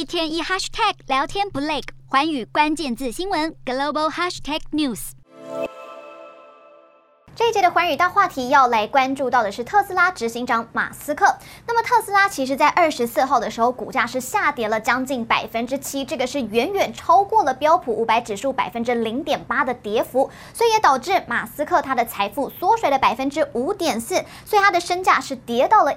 天一 hashtag 聊天不累，寰宇关键字新闻 global hashtag news。 这一节的寰宇大话题要来关注到的是特斯拉执行长马斯克。那么特斯拉其实在24号的时候，股价是下跌了将近7%，这个是远远超过了标普500指数0.8%的跌幅，所以也导致马斯克他的财富缩水了5.4%，所以他的身价是跌到了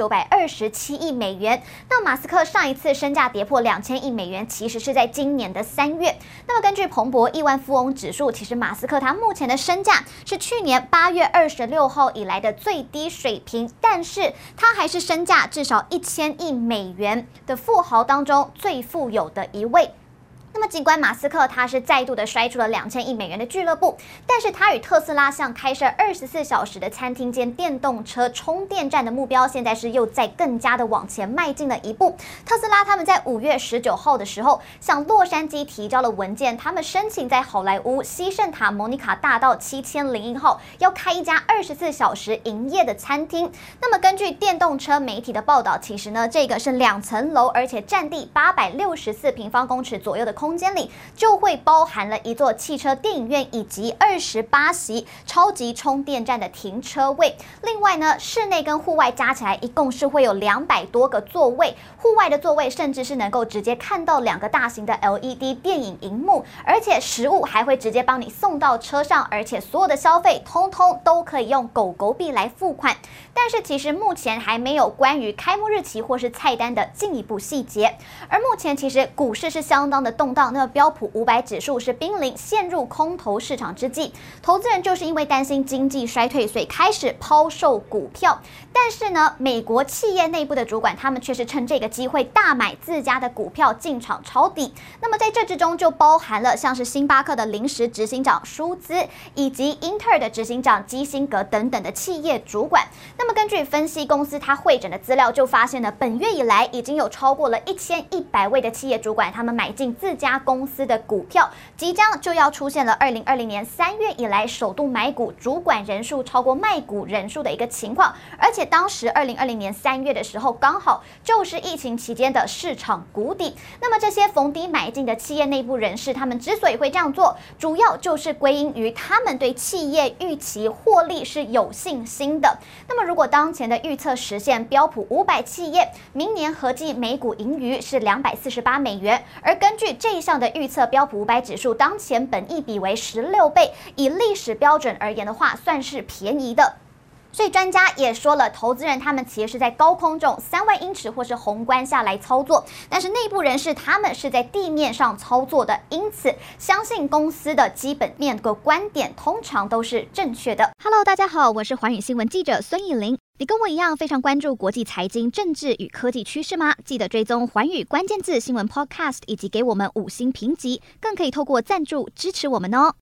1927亿美元。那马斯克上一次身价跌破2000亿美元，其实是在今年的3月。那么根据彭博亿万富翁指数，其实马斯克他目前的身价是去年8月26号以来的最低水平，但是他还是身价至少1000亿美元的富豪当中最富有的一位。那么尽管马斯克他是再度的摔出了2000亿美元的俱乐部，但是他与特斯拉向开设24小时的餐厅兼电动车充电站的目标，现在是又在更加的往前迈进了一步。特斯拉他们在5月19号的时候向洛杉矶提交了文件，他们申请在好莱坞西圣塔莫尼卡大道7001号要开一家24小时营业的餐厅。那么根据电动车媒体的报道，其实呢这个是2层楼，而且占地864平方公尺左右的空间里就会包含了一座汽车电影院以及28席超级充电站的停车位。另外呢，室内跟户外加起来一共是会有200多个座位，户外的座位甚至是能够直接看到2个大型的 LED 电影荧幕，而且食物还会直接帮你送到车上，而且所有的消费通通都可以用狗狗币来付款。但是其实目前还没有关于开幕日期或是菜单的进一步细节。而目前其实股市是相当的动荡，那么标普500指数是濒临陷入空头市场之际，投资人就是因为担心经济衰退，所以开始抛售股票。但是呢，美国企业内部的主管他们却是趁这个机会大买自家的股票进场抄底。那么在这之中就包含了像是星巴克的临时执行长舒兹，以及英特尔的执行长基辛格等等的企业主管。那么根据分析公司它汇整的资料，就发现了本月以来已经有超过了1100位的企业主管他们买进自家公司的股票，即将就要出现了2020年3月以来首度买股主管人数超过卖股人数的一个情况。而且当时2020年3月的时候，刚好就是疫情期间的市场谷底。那么这些逢低买进的企业内部人士，他们之所以会这样做，主要就是归因于他们对企业预期获利是有信心的。那么如果当前的预测实现，标普500企业明年合计每股盈余是248美元，而根据这一项的预测，标普500指数当前本益比为16倍，以历史标准而言的话，算是便宜的。所以专家也说了，投资人他们其实是在高空中3万英尺或是宏观下来操作，但是内部人士他们是在地面上操作的，因此相信公司的基本面的观点通常都是正确的。 Hello， 大家好，我是寰宇新闻记者孙艺玲。你跟我一样非常关注国际财经、政治与科技趋势吗？记得追踪寰宇关键字新闻 Podcast， 以及给我们5星评级，更可以透过赞助支持我们哦。